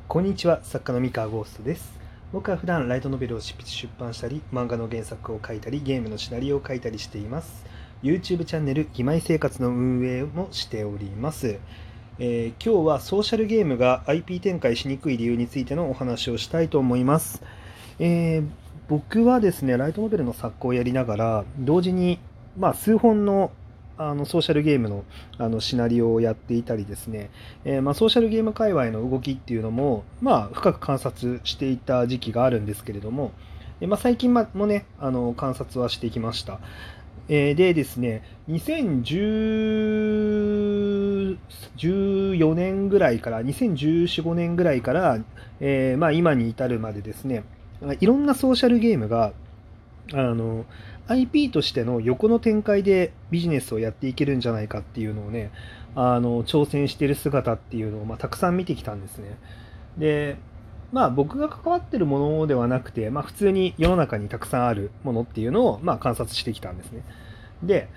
こんにちは、作家の三河ゴーストです。僕は普段ライトノベルを執筆出版したり、漫画の原作を書いたり、ゲームのシナリオを書いたりしています。YouTube チャンネル、義妹生活の運営もしております。今日はソーシャルゲームが IP 展開しにくい理由についてのお話をしたいと思います。僕はですね、ライトノベルの作家をやりながら、同時に、数本のソーシャルゲームのシナリオをやっていたりですね、ソーシャルゲーム界隈の動きっていうのも、深く観察していた時期があるんですけれども、最近もね、観察はしてきました。でですね、2014年ぐらいから、2014、5年ぐらいから、今に至るまでですね、いろんなソーシャルゲームが、あの IP としての横の展開でビジネスをやっていけるんじゃないかっていうのをね、挑戦している姿っていうのを、たくさん見てきたんですね。で、僕が関わってるものではなくて、普通に世の中にたくさんあるものっていうのを、観察してきたんですね。で、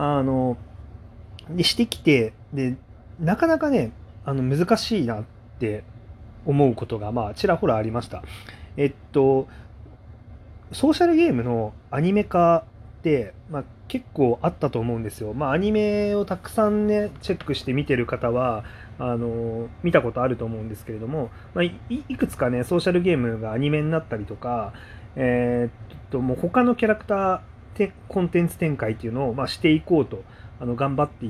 してきて、で、なかなかね、難しいなって思うことが、ちらほらありました。えっと、ソーシャルゲームのアニメ化って、結構あったと思うんですよ。アニメをたくさんね、チェックして見てる方は、見たことあると思うんですけれども、いくつかね、ソーシャルゲームがアニメになったりとか、もう他のキャラクターコンテンツ展開っていうのを、していこうと、頑張っていった、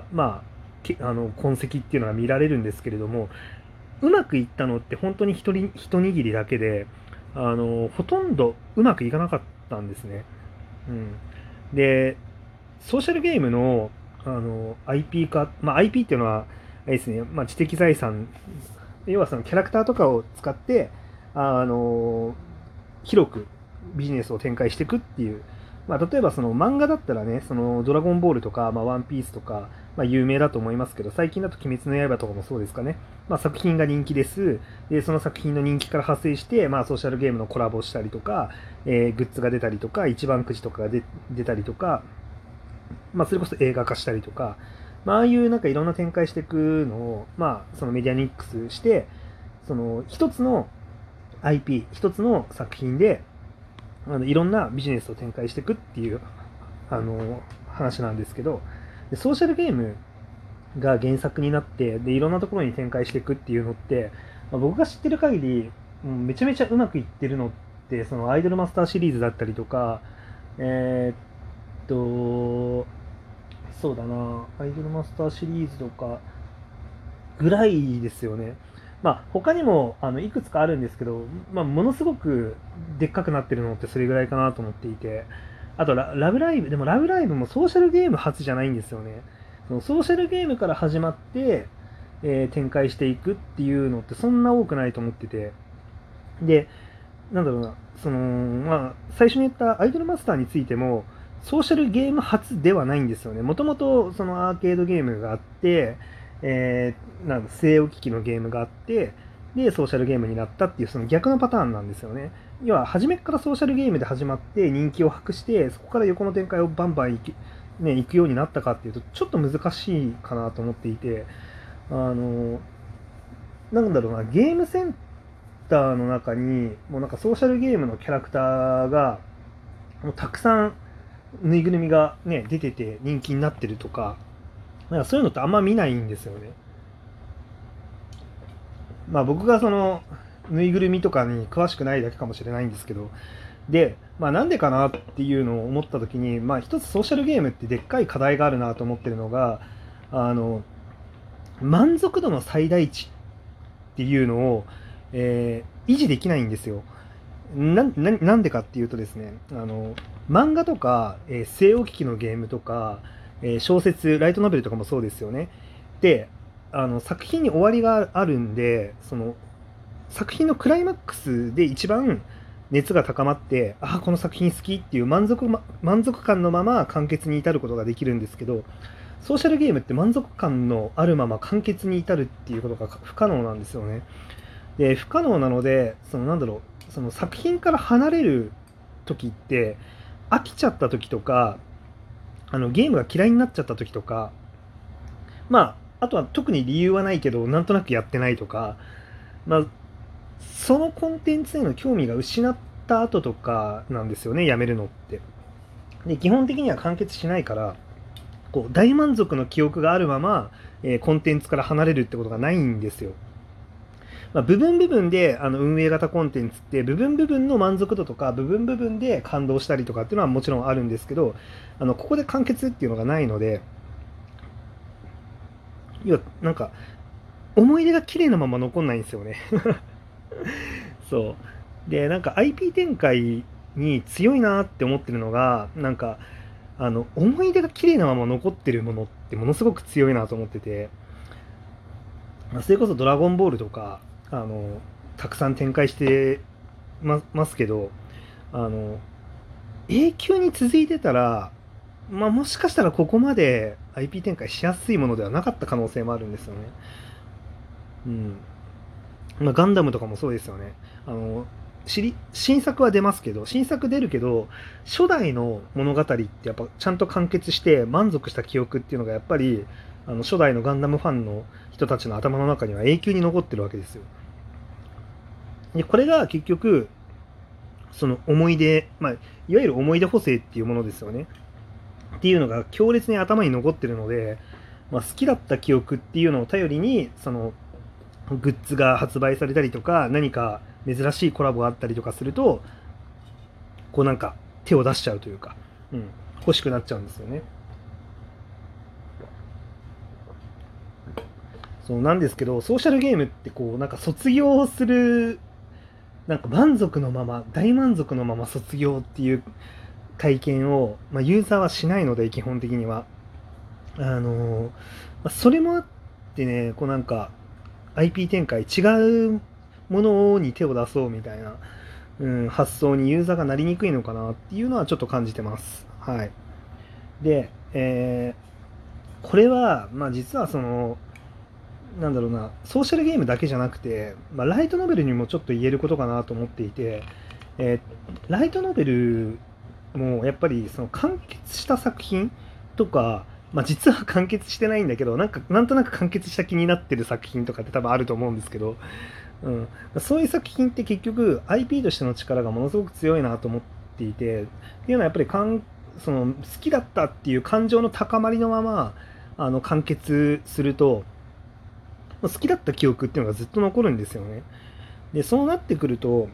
痕跡っていうのが見られるんですけれども、うまくいったのって本当に一握りだけで、ほとんどうまくいかなかったんですね。うん。で、ソーシャルゲームの、IP 化、IP っていうのは、あれですね、知的財産、要はそのキャラクターとかを使って、あの、広くビジネスを展開していくっていう、例えばその漫画だったらね、そのドラゴンボールとか、ワンピースとか、有名だと思いますけど、最近だと鬼滅の刃とかもそうですかね。作品が人気です。で、その作品の人気から派生して、ソーシャルゲームのコラボしたりとか、グッズが出たりとか、一番くじとかが出たりとか、それこそ映画化したりとか、ああいうなんかいろんな展開していくのを、そのメディアミックスして、その一つの IP、一つの作品で、いろんなビジネスを展開していくっていう、話なんですけど、ソーシャルゲームが原作になって、で、いろんなところに展開していくっていうのって、僕が知ってる限り、めちゃめちゃうまくいってるのって、そのアイドルマスターシリーズだったりとか、えーっと、そうだな、アイドルマスターシリーズとかぐらいですよね。他にもいくつかあるんですけど、ものすごくでっかくなってるのってそれぐらいかなと思っていて、あとラブライブ、でもラブライブもソーシャルゲーム初じゃないんですよね。そのソーシャルゲームから始まって、展開していくっていうのってそんな多くないと思ってて、で、なんだろうな、最初に言ったアイドルマスターについても、ソーシャルゲーム初ではないんですよね。もともとそのアーケードゲームがあって、なんか据え置き機のゲームがあって、で、ソーシャルゲームになったっていうその逆のパターンなんですよね。要は、初めからソーシャルゲームで始まって人気を博して、そこから横の展開をバンバン行くようになったかっていうと、ちょっと難しいかなと思っていて、あの、なんだろうな、ゲームセンターの中に、もうなんかソーシャルゲームのキャラクターが、もうたくさんぬいぐるみがね、出てて人気になってるとか、なんかそういうのってあんま見ないんですよね。僕がその、ぬいぐるみとかに詳しくないだけかもしれないんですけど、で、なんでかなっていうのを思った時に、一つソーシャルゲームってでっかい課題があるなと思ってるのが、あの、満足度の最大値っていうのを、維持できないんですよ。なんでかっていうとですね、漫画とか、据え置き機のゲームとか、小説、ライトノベルとかもそうですよね。で、作品に終わりがあるんで、その作品のクライマックスで一番熱が高まって、この作品好きっていう満足感のまま完結に至ることができるんですけど、ソーシャルゲームって満足感のあるまま完結に至るっていうことが不可能なんですよね。で、不可能なので、その作品から離れる時って、飽きちゃった時とか、ゲームが嫌いになっちゃった時とか、あとは特に理由はないけど、なんとなくやってないとか、 そのコンテンツへの興味が失った後とかなんですよね、やめるのって。で、基本的には完結しないから、こう大満足の記憶があるまま、コンテンツから離れるってことがないんですよ。まあ、部分部分で運営型コンテンツって部分部分の満足度とか部分部分で感動したりとかっていうのはもちろんあるんですけど、ここで完結っていうのがないので、要はなんか思い出が綺麗なまま残んないんですよね。そうで、なんか IP 展開に強いなって思ってるのが、なんか思い出が綺麗なまま残ってるものってものすごく強いなと思ってて、それこそドラゴンボールとかたくさん展開してますけど、あの永久に続いてたら、まあ、もしかしたらここまで IP 展開しやすいものではなかった可能性もあるんですよね。うん。まあ、ガンダムとかもそうですよね。あの新作は出ますけど、新作出るけど、初代の物語ってやっぱちゃんと完結して満足した記憶っていうのがやっぱり初代のガンダムファンの人たちの頭の中には永久に残ってるわけですよ。で、これが結局その思い出、まあ、いわゆる思い出補正っていうものですよね。っていうのが強烈に頭に残ってるので、まあ、好きだった記憶っていうのを頼りにそのグッズが発売されたりとか何か珍しいコラボがあったりとかするとこうなんか手を出しちゃうというか、うん、欲しくなっちゃうんですよね。そうなんですけど、ソーシャルゲームってこうなんか卒業する、なんか満足のまま大満足のまま卒業っていう体験を、まあ、ユーザーはしないので基本的にはまあ、それもあってね、こうなんか IP 展開違うものに手を出そうみたいな、うん、発想にユーザーがなりにくいのかなっていうのはちょっと感じてます。はい。で、これは、まあ実はその、なんだろうな、ソーシャルゲームだけじゃなくて、まあ、ライトノベルにもちょっと言えることかなと思っていて、ライトノベルもやっぱりその完結した作品とか、まあ、実は完結してないんだけど、なんとなく完結した気になってる作品とかって多分あると思うんですけど、うん、そういう作品って結局 IP としての力がものすごく強いなと思っていて、っていうのはやっぱりその好きだったっていう感情の高まりのまま完結すると、好きだった記憶っていうのがずっと残るんですよね。で、そうなってくると、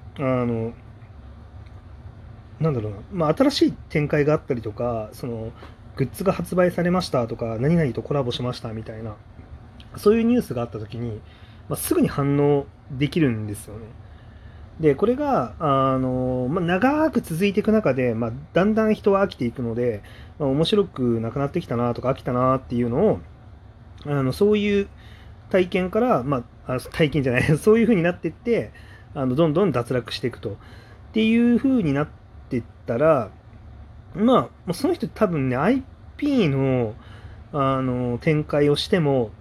なんだろうな、まあ、新しい展開があったりとか、そのグッズが発売されましたとか、何々とコラボしましたみたいな、そういうニュースがあったときに、まあ、すぐに反応できるんですよね。で、これが、まあ、長く続いていく中で、まあ、だんだん人は飽きていくので、まあ、面白くなくなってきたなとか飽きたなっていうのを、そういう体験から、まあ、体験じゃない、そういう風になっていって、どんどん脱落していくと。っていう風になっていったら、まあ、その人多分ね、IP の、展開をしても、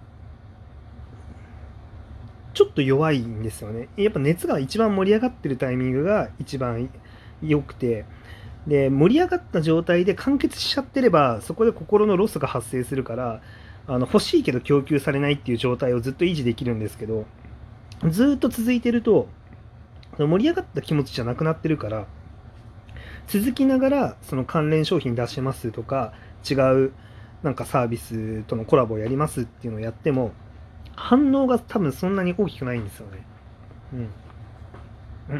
ちょっと弱いんですよね。やっぱ熱が一番盛り上がってるタイミングが一番良くて、で、盛り上がった状態で完結しちゃってれば、そこで心のロスが発生するから、欲しいけど供給されないっていう状態をずっと維持できるんですけど、ずっと続いてると、盛り上がった気持ちじゃなくなってるから、続きながらその関連商品出しますとか、違うなんかサービスとのコラボをやりますっていうのをやっても、反応が多分そんなに大きくないんですよね。うん。うん、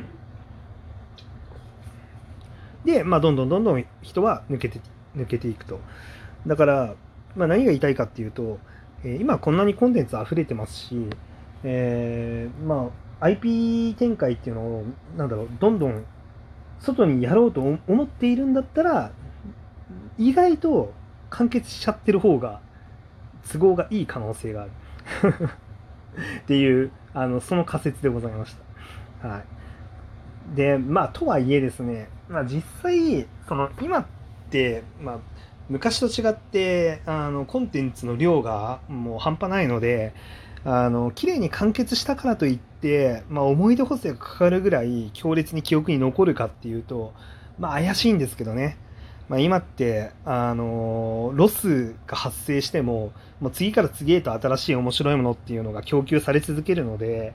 で、まあ、どんどん人は抜けていくと。だから、まあ、何が言いたいかっていうと、今こんなにコンテンツ溢れてますし、まあ、IP 展開っていうのを、なんだろう、どんどん外にやろうと思っているんだったら、意外と完結しちゃってる方が都合がいい可能性があるっていう、その仮説でございました。はい。で、まあ、とはいえですね、まあ、実際、その、今って、まあ、昔と違って、コンテンツの量がもう半端ないので、綺麗に完結したからといって、まあ、思い出補正がかかるぐらい強烈に記憶に残るかっていうと、まあ、怪しいんですけどね。まあ、今って、ロスが発生しても、もう次から次へと新しい面白いものっていうのが供給され続けるので、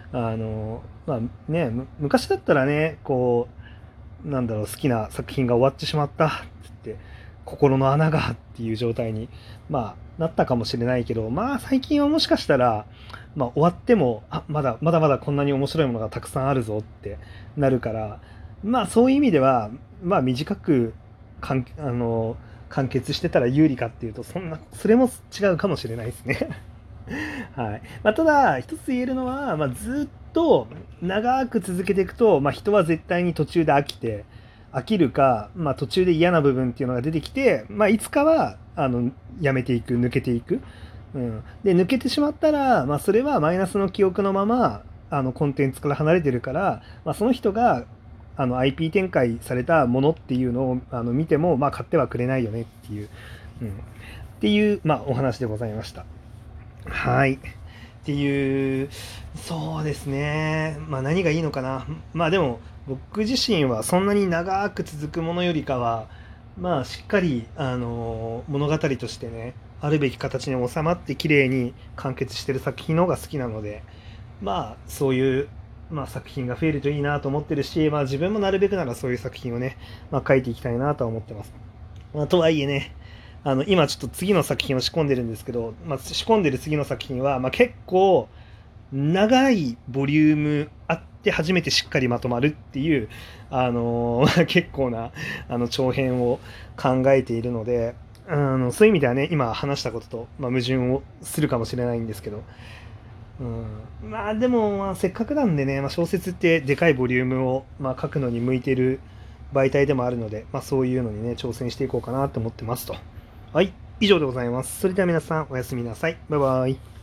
まあね、昔だったらね、こう、なんだろう、好きな作品が終わってしまったっつって、心の穴がっていう状態に、まあ、なったかもしれないけど、まあ、最近はもしかしたら、まあ、終わっても、まだまだこんなに面白いものがたくさんあるぞってなるから、まあ、そういう意味では、まあ、短く完結してたら有利かっていうと、それも違うかもしれないですね。はい。まあ、ただ、一つ言えるのは、まあ、ずっと長く続けていくと、まあ、人は絶対に途中で飽きるか、まあ、途中で嫌な部分っていうのが出てきて、まあ、いつかは、やめていく、抜けていく。うん。で、抜けてしまったら、まあ、それはマイナスの記憶のまま、コンテンツから離れてるから、まあ、その人が、IP 展開されたものっていうのを見ても、まあ、買ってはくれないよねっていう、うん、っていう、まあ、お話でございました。はい。っていう、そうですね。まあ何がいいのかな。まあでも、僕自身はそんなに長く続くものよりかは、まあしっかり、物語としてね、あるべき形に収まって綺麗に完結してる作品の方が好きなので、まあそういう、まあ、作品が増えるといいなと思ってるし、まあ自分もなるべくならそういう作品をね、まあ書いていきたいなとは思ってます。まあ、とはいえね、今ちょっと次の作品を仕込んでるんですけど、まあ、仕込んでる次の作品は、まあ、結構長いボリュームあって初めてしっかりまとまるっていう、結構な長編を考えているので、そういう意味ではね、今話したことと、まあ、矛盾をするかもしれないんですけど、まあでも、まあ、せっかくなんでね、まあ、小説ってでかいボリュームを、まあ、書くのに向いてる媒体でもあるので、まあ、そういうのにね、挑戦していこうかなと思ってますと。はい、以上でございます。それでは皆さん、おやすみなさい。バイバイ。